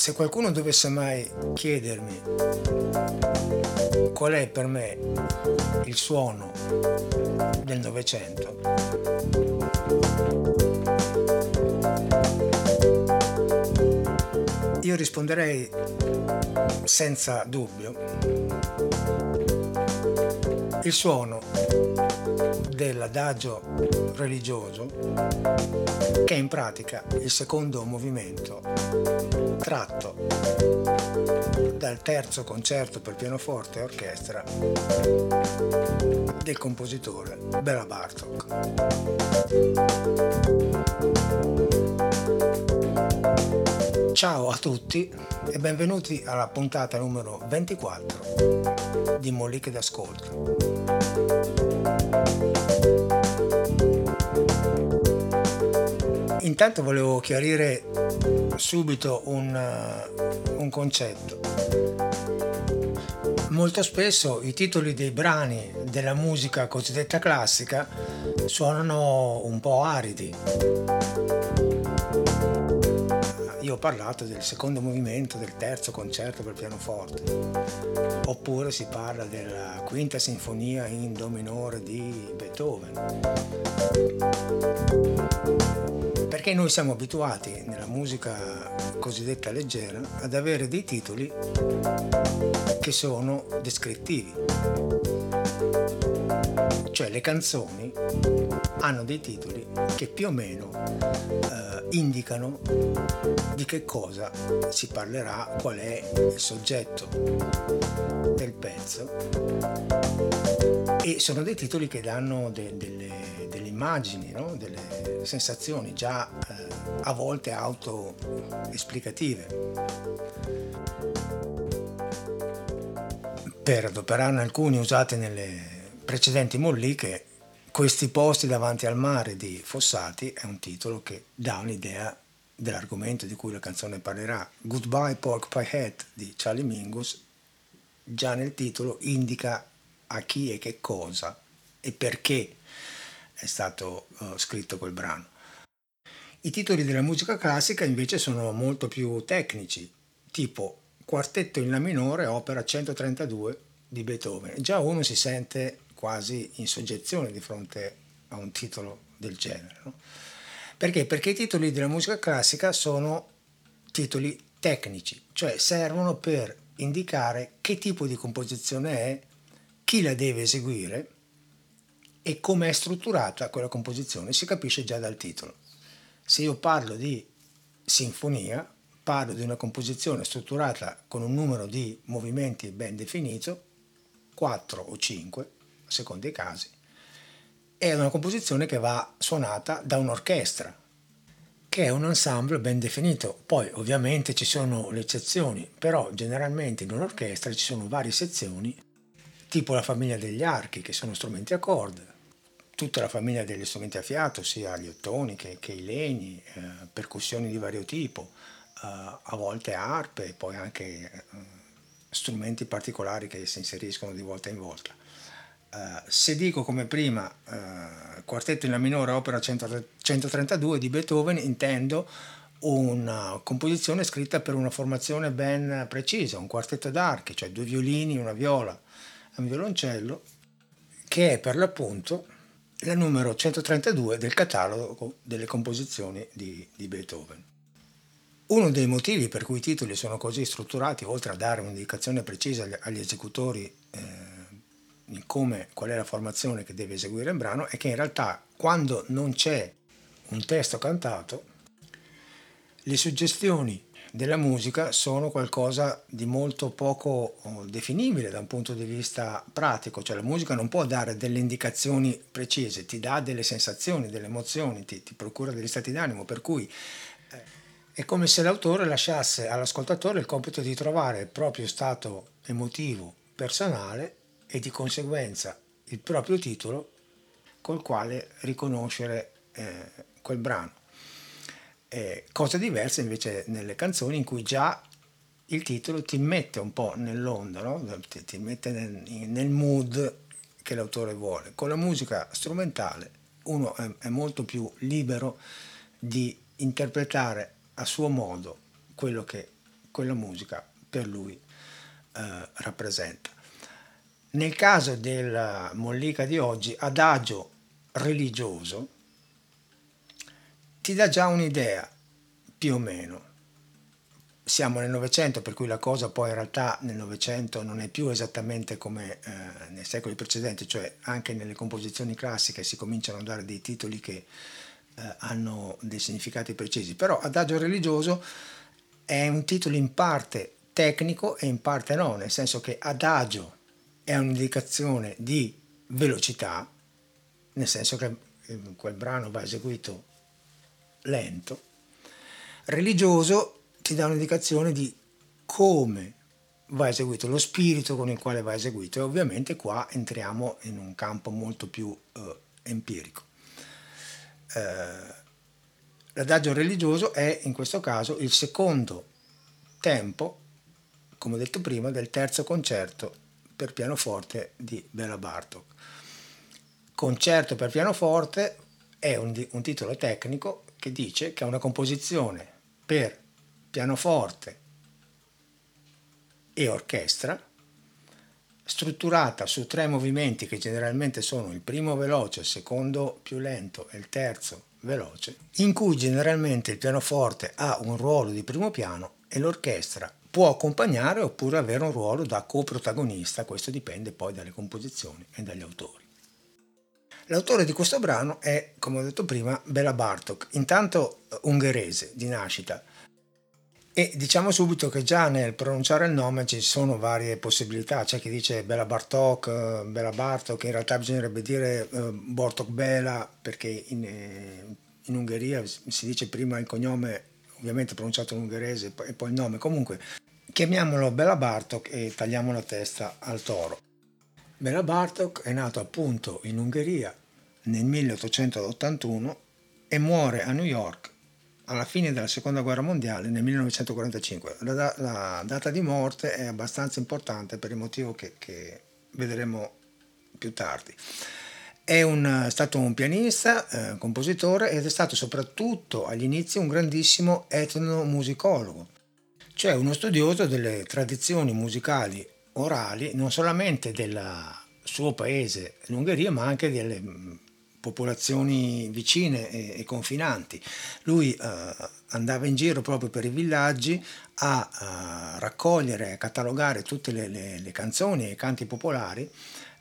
Se qualcuno dovesse mai chiedermi qual è per me il suono del Novecento, io risponderei senza dubbio il suono dell'adagio religioso, che è in pratica il secondo movimento tratto dal terzo concerto per pianoforte e orchestra del compositore Béla Bartók. Ciao a tutti e benvenuti alla puntata numero 24 di Molliche d'Ascolto. Intanto volevo chiarire subito un concetto. Molto spesso i titoli dei brani della musica cosiddetta classica suonano un po' aridi. Io ho parlato del secondo movimento del terzo concerto per pianoforte, oppure si parla della quinta sinfonia in do minore di Beethoven. Perché noi siamo abituati nella musica cosiddetta leggera ad avere dei titoli che sono descrittivi. Cioè le canzoni hanno dei titoli che più o meno indicano di che cosa si parlerà, qual è il soggetto del pezzo, e sono dei titoli che danno delle immagini, no? Delle sensazioni già a volte autoesplicative. Per adoperarne alcuni usati nelle precedenti molliche, Questi posti davanti al mare di Fossati è un titolo che dà un'idea dell'argomento di cui la canzone parlerà. Goodbye Pork Pie Hat di Charlie Mingus già nel titolo indica a chi e che cosa e perché è stato scritto quel brano. I titoli della musica classica invece sono molto più tecnici, tipo Quartetto in La minore, opera 132 di Beethoven. Già uno si sente quasi in soggezione di fronte a un titolo del genere, no? Perché? Perché i titoli della musica classica sono titoli tecnici, cioè servono per indicare che tipo di composizione è, chi la deve eseguire e come è strutturata quella composizione. Si capisce già dal titolo. Se io parlo di sinfonia, parlo di una composizione strutturata con un numero di movimenti ben definito, 4 o 5, a seconda dei casi, è una composizione che va suonata da un'orchestra, che è un ensemble ben definito. Poi ovviamente ci sono le eccezioni, però generalmente in un'orchestra ci sono varie sezioni, tipo la famiglia degli archi, che sono strumenti a corde, tutta la famiglia degli strumenti a fiato, sia gli ottoni che i legni, percussioni di vario tipo, a volte arpe e poi anche strumenti particolari che si inseriscono di volta in volta. Se dico come prima Quartetto in La minore, opera 132 di Beethoven, intendo una composizione scritta per una formazione ben precisa, un quartetto d'archi, cioè 2 violini, una viola e un violoncello, che è per l'appunto la numero 132 del catalogo delle composizioni di Beethoven. Uno dei motivi per cui i titoli sono così strutturati, oltre a dare un'indicazione precisa agli esecutori in qual è la formazione che deve eseguire il brano, è che in realtà quando non c'è un testo cantato, le suggestioni della musica sono qualcosa di molto poco definibile da un punto di vista pratico, cioè la musica non può dare delle indicazioni precise, ti dà delle sensazioni, delle emozioni, ti procura degli stati d'animo, per cui è come se l'autore lasciasse all'ascoltatore il compito di trovare il proprio stato emotivo personale e di conseguenza il proprio titolo col quale riconoscere quel brano. Cosa diversa invece nelle canzoni in cui già il titolo ti mette un po' nell'onda, no? Ti mette nel mood che l'autore vuole. Con la musica strumentale uno è molto più libero di interpretare a suo modo quello che quella musica per lui rappresenta. Nel caso della mollica di oggi, adagio religioso ti dà già un'idea, più o meno. Siamo nel Novecento, per cui la cosa poi in realtà nel Novecento non è più esattamente come nei secoli precedenti, cioè anche nelle composizioni classiche si cominciano a dare dei titoli che hanno dei significati precisi, però adagio religioso è un titolo in parte tecnico e in parte no, nel senso che adagio è un'indicazione di velocità, nel senso che quel brano va eseguito lento. Religioso ti dà un'indicazione di come va eseguito, lo spirito con il quale va eseguito, e ovviamente qua entriamo in un campo molto più empirico. L'adagio religioso è in questo caso il secondo tempo, come ho detto prima, del terzo concerto per pianoforte di Béla Bartók. Concerto per pianoforte è un titolo tecnico che dice che è una composizione per pianoforte e orchestra strutturata su 3 movimenti che generalmente sono il primo veloce, il secondo più lento e il terzo veloce, in cui generalmente il pianoforte ha un ruolo di primo piano e l'orchestra può accompagnare oppure avere un ruolo da coprotagonista, questo dipende poi dalle composizioni e dagli autori. L'autore di questo brano è, come ho detto prima, Béla Bartók, intanto ungherese di nascita, e diciamo subito che già nel pronunciare il nome ci sono varie possibilità. C'è chi dice Béla Bartók, Béla Bartók, in realtà bisognerebbe dire Bartók Béla, perché in Ungheria si dice prima il cognome, ovviamente pronunciato in ungherese, e poi il nome. Comunque chiamiamolo Béla Bartók e tagliamo la testa al toro. Béla Bartók è nato appunto in Ungheria nel 1881 e muore a New York alla fine della seconda guerra mondiale nel 1945. La data di morte è abbastanza importante per il motivo che vedremo più tardi. È stato un pianista, compositore, ed è stato soprattutto agli inizi un grandissimo etnomusicologo, cioè uno studioso delle tradizioni musicali orali non solamente del suo paese, l'Ungheria, ma anche delle popolazioni vicine e confinanti. Lui andava in giro proprio per i villaggi a raccogliere e catalogare tutte le canzoni e i canti popolari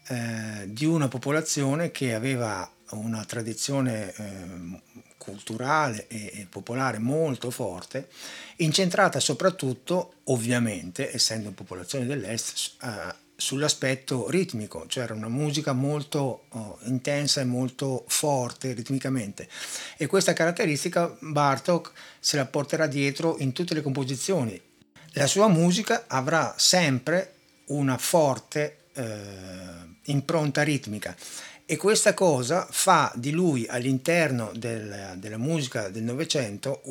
di una popolazione che aveva una tradizione culturale e popolare molto forte, incentrata soprattutto, ovviamente, essendo popolazioni dell'est, sull'aspetto ritmico, cioè era una musica molto intensa e molto forte ritmicamente, e questa caratteristica Bartók se la porterà dietro in tutte le composizioni. La sua musica avrà sempre una forte impronta ritmica, e questa cosa fa di lui all'interno della musica del Novecento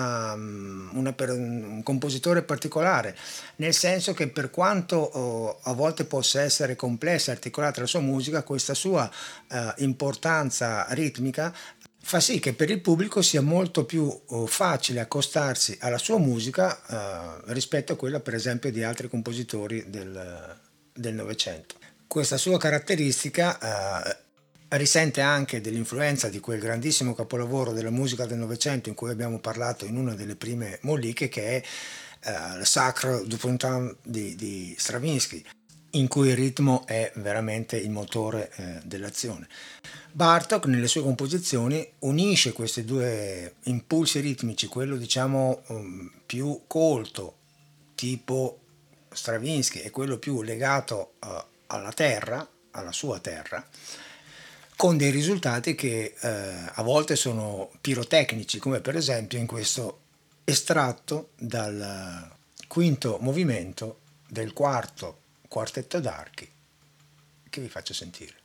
un compositore particolare, nel senso che per quanto a volte possa essere complessa e articolata la sua musica, questa sua importanza ritmica fa sì che per il pubblico sia molto più facile accostarsi alla sua musica rispetto a quella, per esempio, di altri compositori del Novecento. Questa sua caratteristica risente anche dell'influenza di quel grandissimo capolavoro della musica del Novecento in cui abbiamo parlato in una delle prime molliche, che è Le Sacre du Printemps di Stravinsky, in cui il ritmo è veramente il motore dell'azione. Bartók nelle sue composizioni unisce questi due impulsi ritmici, quello diciamo più colto tipo Stravinsky e quello più legato alla terra, alla sua terra, con dei risultati che a volte sono pirotecnici, come per esempio in questo estratto dal quinto movimento del quarto quartetto d'archi che vi faccio sentire.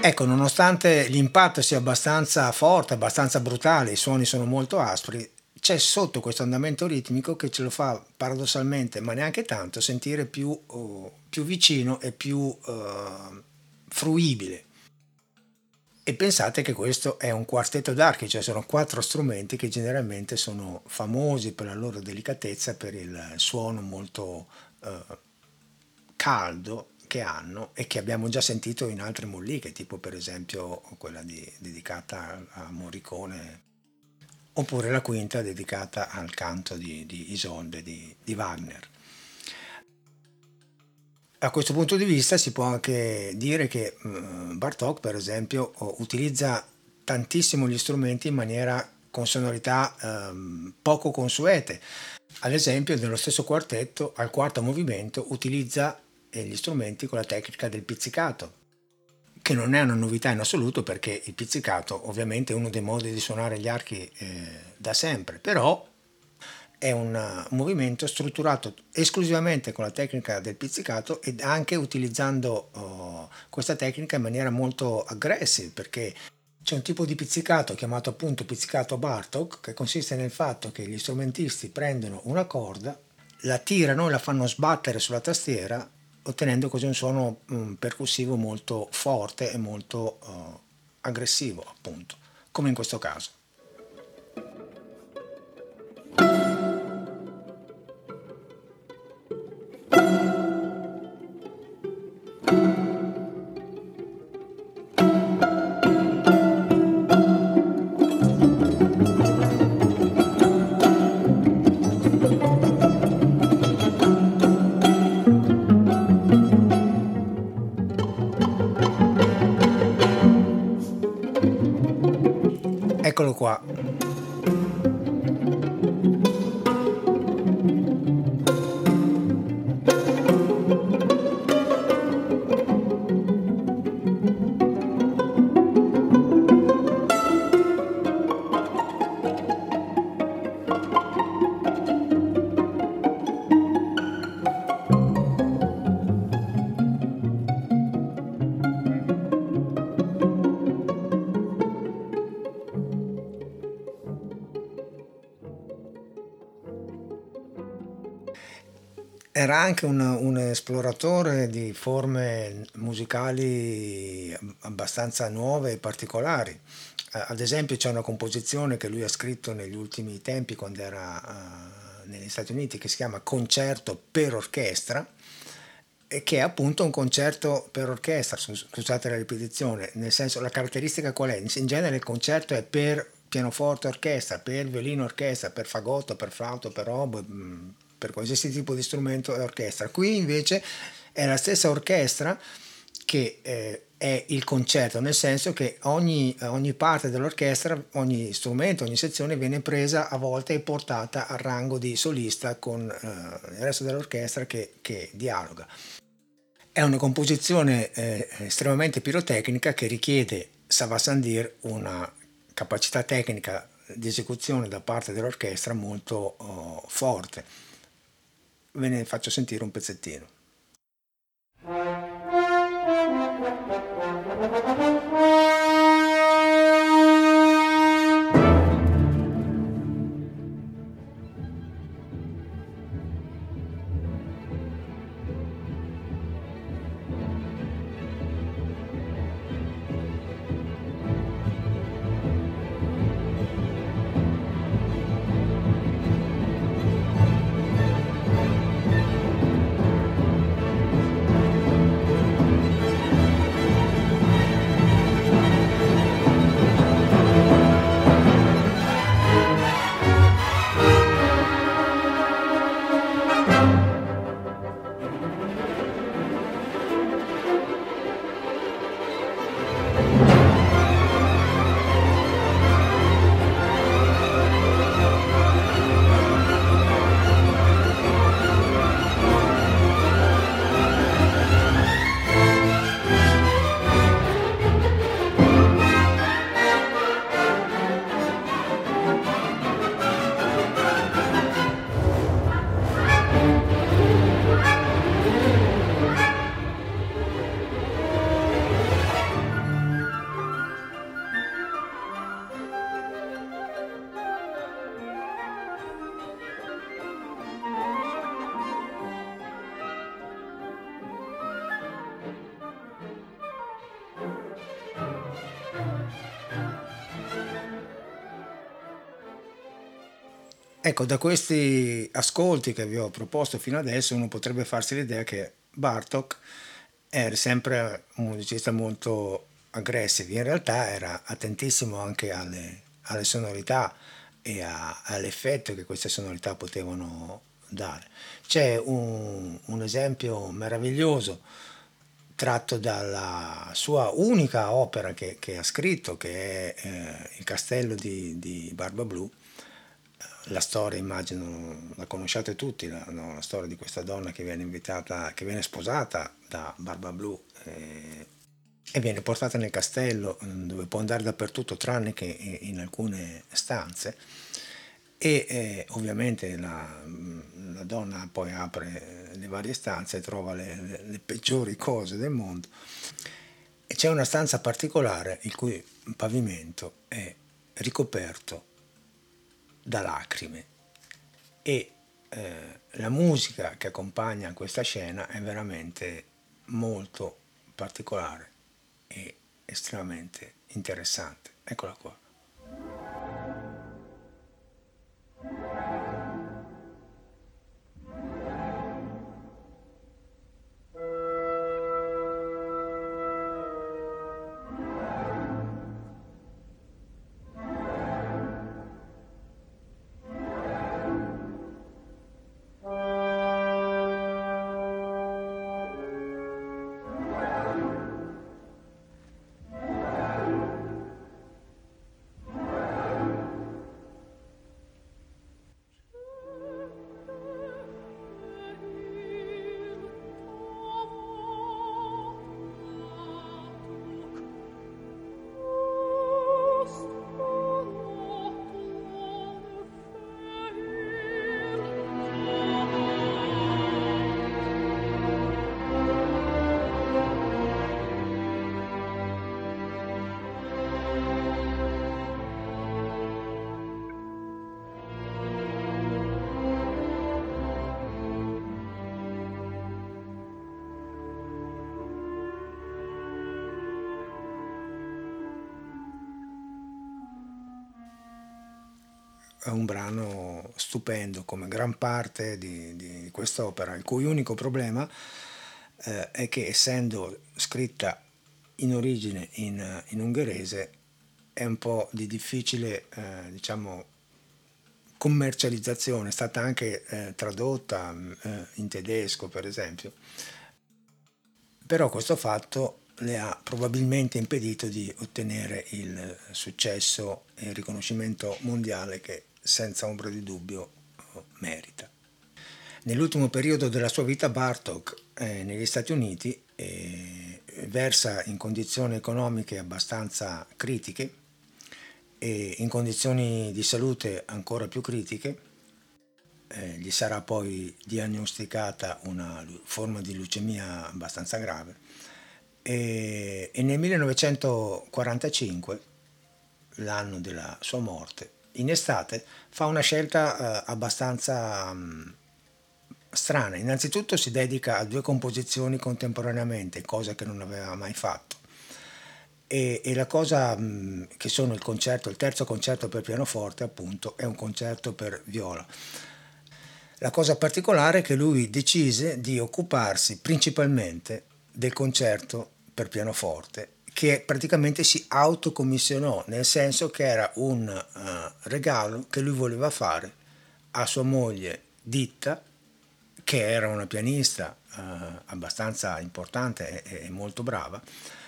Ecco, nonostante l'impatto sia abbastanza forte, abbastanza brutale, i suoni sono molto aspri, c'è sotto questo andamento ritmico che ce lo fa paradossalmente, ma neanche tanto, sentire più vicino e più fruibile. E pensate che questo è un quartetto d'archi, cioè sono quattro strumenti che generalmente sono famosi per la loro delicatezza, per il suono molto eh, caldo che hanno e che abbiamo già sentito in altre molliche, tipo per esempio quella dedicata a Morricone, oppure la quinta dedicata al canto di Isolde di Wagner. A questo punto di vista si può anche dire che Bartók, per esempio, utilizza tantissimo gli strumenti in maniera con sonorità poco consuete. Ad esempio, nello stesso quartetto, al quarto movimento, utilizza gli strumenti con la tecnica del pizzicato, che non è una novità in assoluto perché il pizzicato ovviamente è uno dei modi di suonare gli archi da sempre, però è un movimento strutturato esclusivamente con la tecnica del pizzicato ed anche utilizzando questa tecnica in maniera molto aggressiva, perché c'è un tipo di pizzicato chiamato appunto pizzicato Bartók, che consiste nel fatto che gli strumentisti prendono una corda, la tirano e la fanno sbattere sulla tastiera, ottenendo così un suono percussivo molto forte e molto aggressivo, appunto, come in questo caso. Eccolo qua. Era anche un esploratore di forme musicali abbastanza nuove e particolari. Ad esempio c'è una composizione che lui ha scritto negli ultimi tempi quando era negli Stati Uniti che si chiama Concerto per orchestra e che è appunto un concerto per orchestra, scusate la ripetizione, nel senso la caratteristica qual è? In genere il concerto è per pianoforte orchestra, per violino orchestra, per fagotto, per flauto, per oboe, per qualsiasi tipo di strumento è orchestra. Qui invece è la stessa orchestra che è il concerto, nel senso che ogni parte dell'orchestra, ogni strumento, ogni sezione viene presa a volte e portata al rango di solista con il resto dell'orchestra che dialoga. È una composizione estremamente pirotecnica che richiede, ça va sans dire, una capacità tecnica di esecuzione da parte dell'orchestra molto forte. Ve ne faccio sentire un pezzettino. Ecco, da questi ascolti che vi ho proposto fino adesso, uno potrebbe farsi l'idea che Bartók era sempre un musicista molto aggressive, in realtà era attentissimo anche alle sonorità e all'effetto che queste sonorità potevano dare. C'è un esempio meraviglioso tratto dalla sua unica opera che ha scritto, che è Il castello di Barba Blu. La storia, immagino, la conosciate tutti, no, la storia di questa donna che viene invitata, che viene sposata da Barba Blu e viene portata nel castello dove può andare dappertutto tranne che in alcune stanze e ovviamente la donna poi apre le varie stanze e trova le peggiori cose del mondo e c'è una stanza particolare il cui pavimento è ricoperto da lacrime e la musica che accompagna questa scena è veramente molto particolare e estremamente interessante. Eccola qua. È un brano stupendo come gran parte di quest'opera, il cui unico problema è che essendo scritta in origine in ungherese è un po' di difficile diciamo, commercializzazione, è stata anche tradotta in tedesco per esempio, però questo fatto le ha probabilmente impedito di ottenere il successo e il riconoscimento mondiale che senza ombra di dubbio merita. Nell'ultimo periodo della sua vita Bartók negli Stati Uniti versa in condizioni economiche abbastanza critiche e in condizioni di salute ancora più critiche. Gli sarà poi diagnosticata una forma di leucemia abbastanza grave e nel 1945, l'anno della sua morte, in estate fa una scelta abbastanza strana. Innanzitutto si dedica a 2 composizioni contemporaneamente, cosa che non aveva mai fatto. E la cosa che sono il terzo concerto per pianoforte, appunto, è un concerto per viola. La cosa particolare è che lui decise di occuparsi principalmente del concerto per pianoforte, che praticamente si autocommissionò, nel senso che era un regalo che lui voleva fare a sua moglie Ditta, che era una pianista abbastanza importante e molto brava,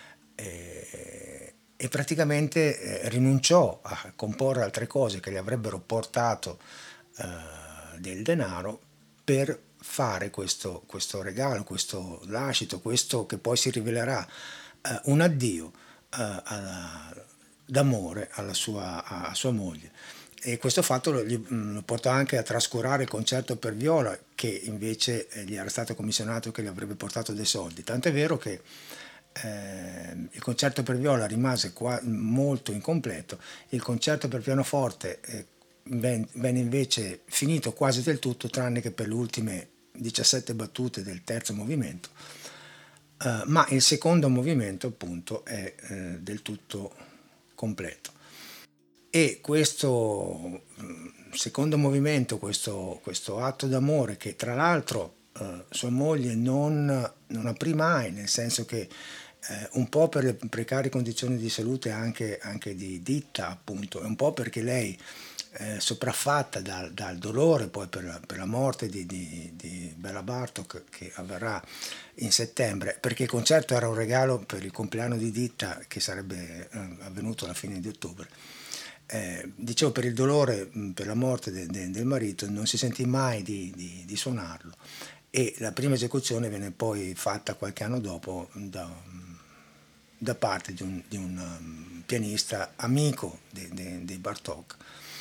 e praticamente rinunciò a comporre altre cose che gli avrebbero portato del denaro per fare questo regalo, questo lascito, questo che poi si rivelerà un addio d'amore a sua moglie. E questo fatto lo portò anche a trascurare il concerto per viola che invece gli era stato commissionato che gli avrebbe portato dei soldi. Tant'è vero che il concerto per viola rimase molto incompleto, il concerto per pianoforte venne invece finito quasi del tutto, tranne che per le ultime 17 battute del terzo movimento, ma il secondo movimento appunto è del tutto completo. E questo secondo movimento, questo atto d'amore che tra l'altro sua moglie non aprì mai, nel senso che un po' per le precarie condizioni di salute anche di Ditta, appunto, e un po' perché lei, sopraffatta dal dolore poi per la morte di Bela Bartok che avverrà in settembre, perché il concerto era un regalo per il compleanno di Ditta che sarebbe avvenuto alla fine di ottobre. Dicevo, per il dolore, per la morte del marito, non si sentì mai di suonarlo, e la prima esecuzione viene poi fatta qualche anno dopo da parte di un pianista amico dei Bartók.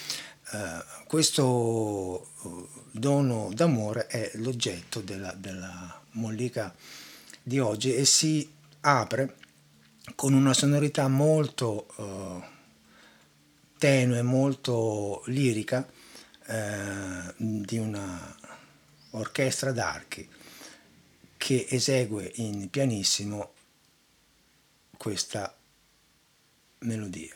Questo dono d'amore è l'oggetto della mollica di oggi e si apre con una sonorità molto tenue, molto lirica, di una orchestra d'archi che esegue in pianissimo questa melodia.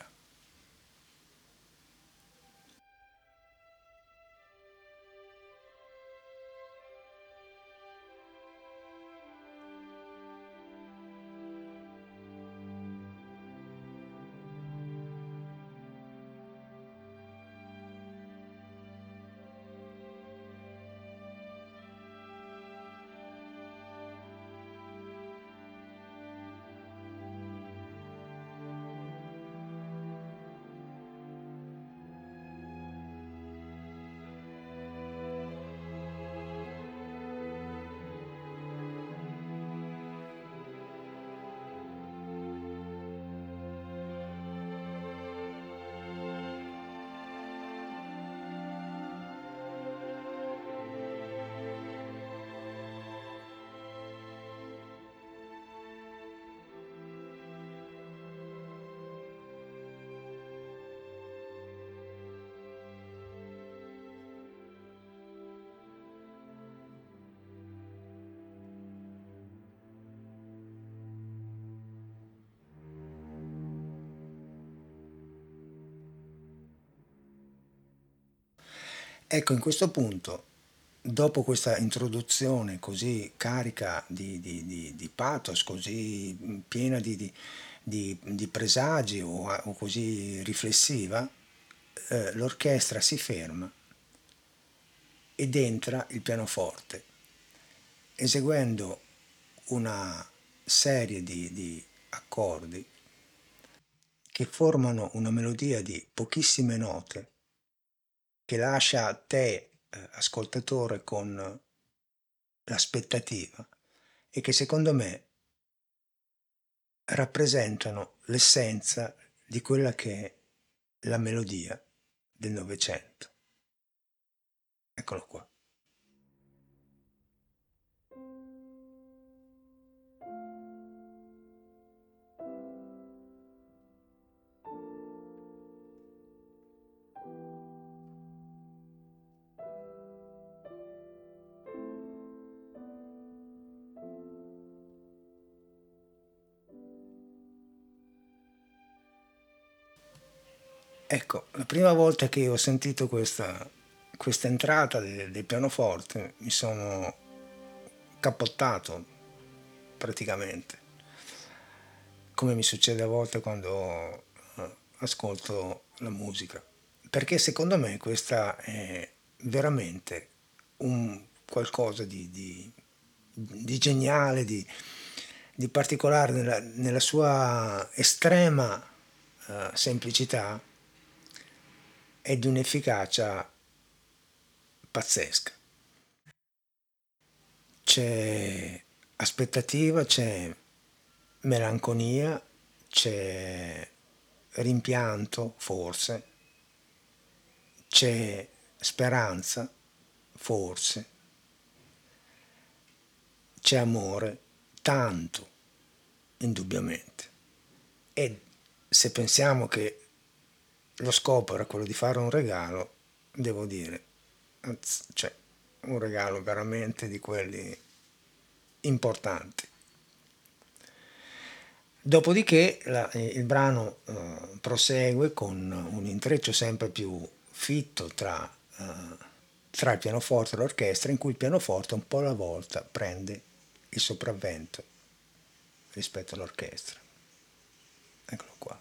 Ecco, in questo punto, dopo questa introduzione così carica di pathos, così piena di presagi o così riflessiva, l'orchestra si ferma ed entra il pianoforte, eseguendo una serie di accordi che formano una melodia di pochissime note che lascia a te, ascoltatore, con l'aspettativa, e che secondo me rappresentano l'essenza di quella che è la melodia del Novecento. Eccolo qua. Ecco, la prima volta che ho sentito questa entrata del pianoforte mi sono cappottato praticamente, come mi succede a volte quando ascolto la musica, perché secondo me questa è veramente un qualcosa di geniale, di particolare nella sua estrema semplicità e di un'efficacia pazzesca. C'è aspettativa, c'è melanconia, c'è rimpianto, forse, c'è speranza, forse, c'è amore, tanto, indubbiamente. E se pensiamo che lo scopo era quello di fare un regalo, devo dire, cioè, un regalo veramente di quelli importanti. Dopodiché il brano prosegue con un intreccio sempre più fitto tra il pianoforte e l'orchestra, in cui il pianoforte un po' alla volta prende il sopravvento rispetto all'orchestra. Eccolo qua.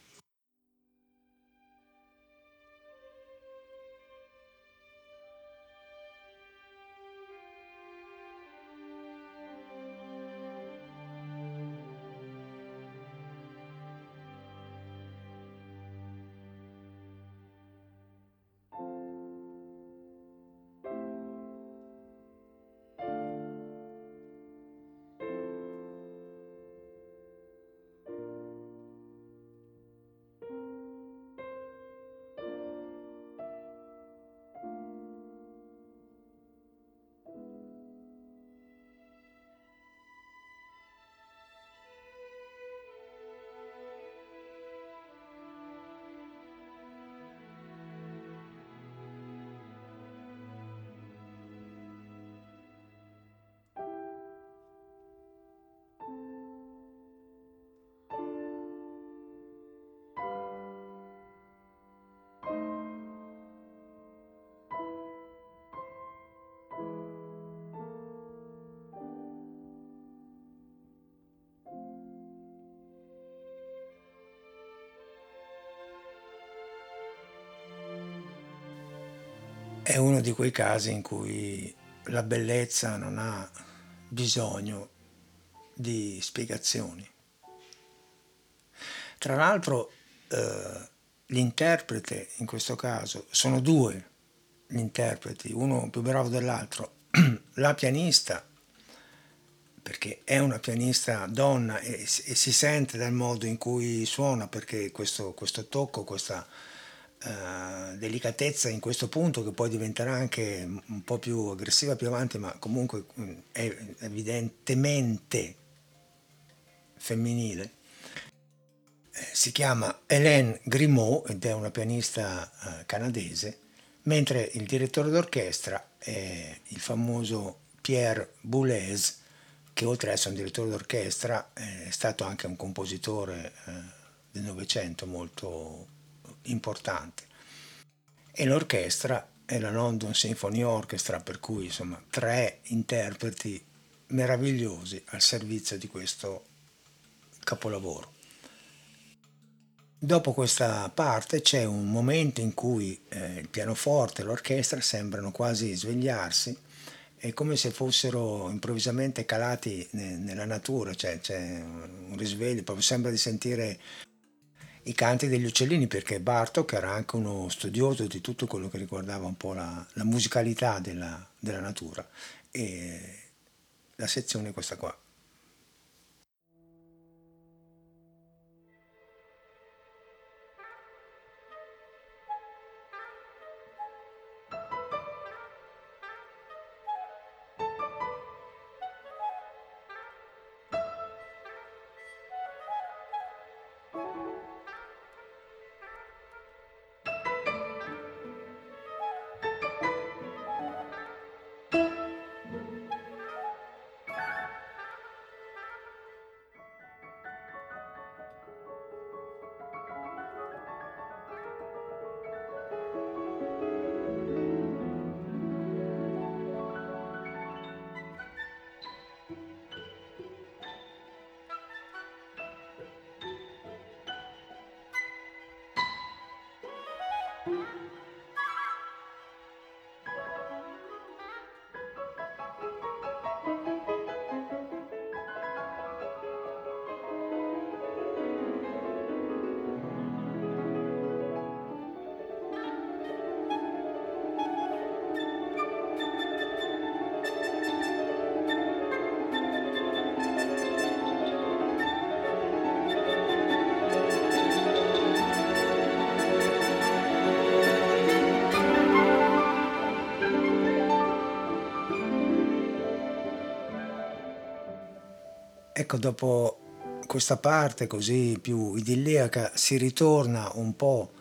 È uno di quei casi in cui la bellezza non ha bisogno di spiegazioni. Tra l'altro l'interprete in questo caso, sono due gli interpreti, uno più bravo dell'altro, la pianista, perché è una pianista donna e si sente dal modo in cui suona, perché questo tocco, questa delicatezza in questo punto, che poi diventerà anche un po' più aggressiva più avanti, ma comunque è evidentemente femminile. Si chiama Hélène Grimaud ed è una pianista canadese, mentre il direttore d'orchestra è il famoso Pierre Boulez, che oltre ad essere un direttore d'orchestra è stato anche un compositore del Novecento molto importante. E l'orchestra è la London Symphony Orchestra, per cui insomma tre interpreti meravigliosi al servizio di questo capolavoro. Dopo questa parte c'è un momento in cui il pianoforte e l'orchestra sembrano quasi svegliarsi, è come se fossero improvvisamente calati nella natura, cioè c'è un risveglio, proprio sembra di sentire i canti degli uccellini, perché Bartók era anche uno studioso di tutto quello che riguardava un po' la musicalità della natura, e la sezione è questa qua. Ecco, dopo questa parte così più idilliaca si ritorna un po'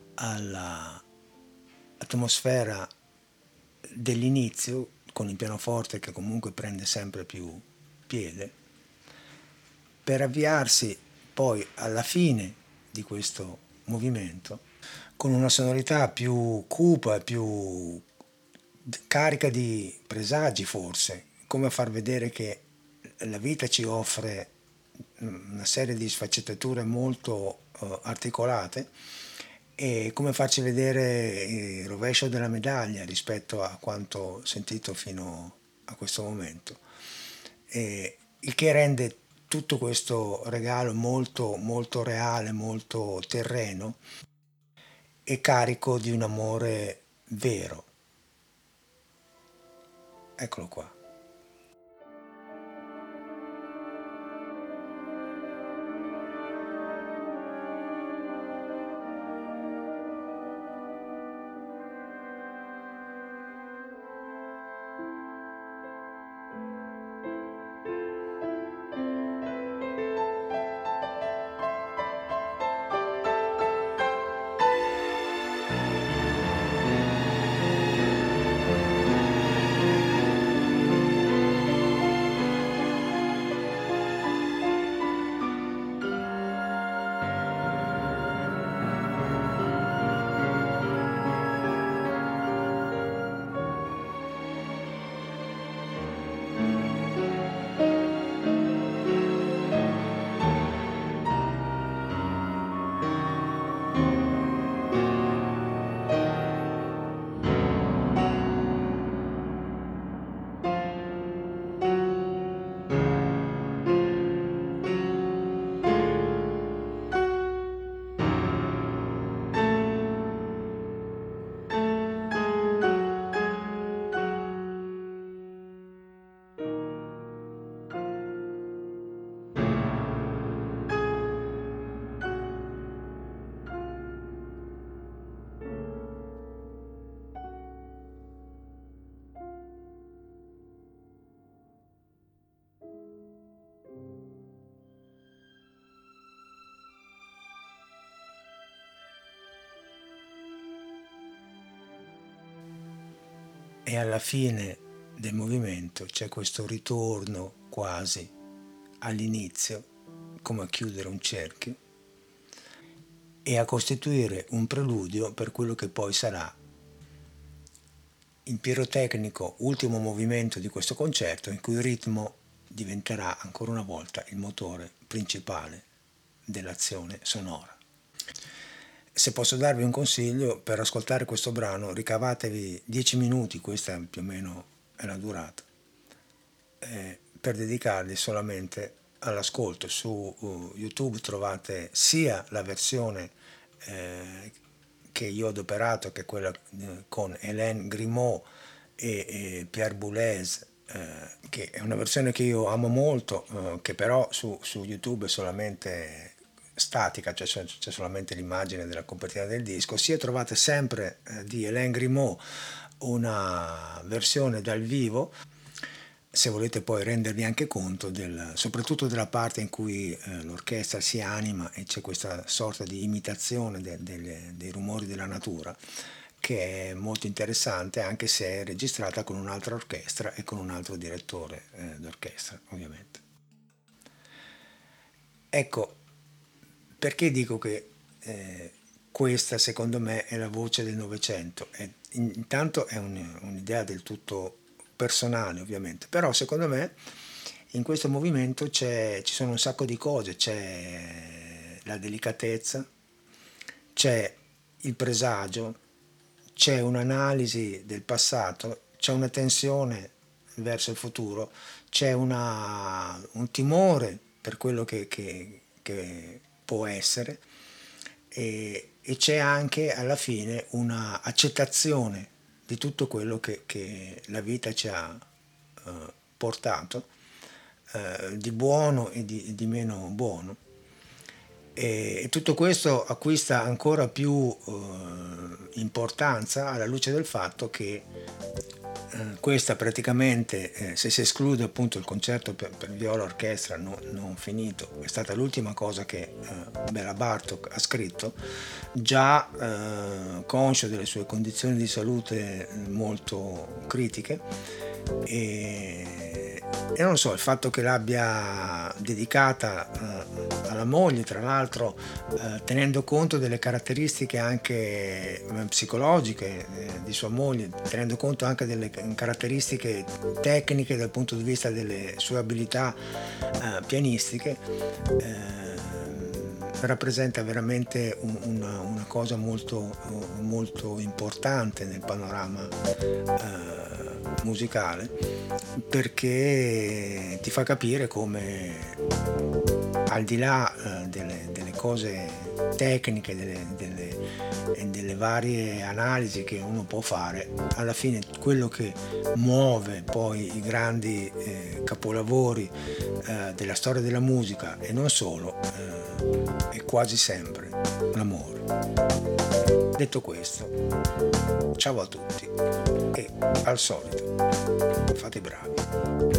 all'atmosfera dell'inizio, con il pianoforte che comunque prende sempre più piede, per avviarsi poi alla fine di questo movimento, con una sonorità più cupa, più carica di presagi forse, come a far vedere che la vita ci offre una serie di sfaccettature molto articolate, e come farci vedere il rovescio della medaglia rispetto a quanto sentito fino a questo momento, il che rende tutto questo regalo molto, molto reale, molto terreno e carico di un amore vero. Eccolo qua. E alla fine del movimento c'è questo ritorno quasi all'inizio, come a chiudere un cerchio e a costituire un preludio per quello che poi sarà il pirotecnico ultimo movimento di questo concerto, in cui il ritmo diventerà ancora una volta il motore principale dell'azione sonora. Se posso darvi un consiglio, per ascoltare questo brano ricavatevi 10 minuti, questa più o meno è la durata, per dedicarli solamente all'ascolto. Su YouTube trovate sia la versione che io ho adoperato, che è quella con Hélène Grimaud e Pierre Boulez, che è una versione che io amo molto, che però su YouTube è solamente statica, cioè c'è solamente l'immagine della copertina del disco. Sia trovate sempre di Hélène Grimaud una versione dal vivo, se volete poi rendervi anche conto soprattutto della parte in cui l'orchestra si anima e c'è questa sorta di imitazione dei rumori della natura, che è molto interessante, anche se è registrata con un'altra orchestra e con un altro direttore d'orchestra, ovviamente. Ecco, perché dico che questa secondo me è la voce del Novecento? Intanto è un'idea del tutto personale, ovviamente, però secondo me in questo movimento ci sono un sacco di cose: c'è la delicatezza, c'è il presagio, c'è un'analisi del passato, c'è una tensione verso il futuro, c'è un timore per quello che può essere, e c'è anche alla fine una accettazione di tutto quello che la vita ci ha portato, di buono e di meno buono. E tutto questo acquista ancora più importanza alla luce del fatto che questa praticamente, se si esclude appunto il concerto per viola orchestra non finito, è stata l'ultima cosa che Béla Bartók ha scritto, già conscio delle sue condizioni di salute molto critiche, e E non so, il fatto che l'abbia dedicata alla moglie, tra l'altro tenendo conto delle caratteristiche anche psicologiche di sua moglie, tenendo conto anche delle caratteristiche tecniche dal punto di vista delle sue abilità pianistiche, rappresenta veramente una cosa molto, molto importante nel panorama musicale, perché ti fa capire come, al di là delle cose tecniche, delle varie analisi che uno può fare, alla fine quello che muove poi i grandi capolavori della storia della musica e non solo è quasi sempre l'amore. Detto questo, ciao a tutti e al solito fate i bravi.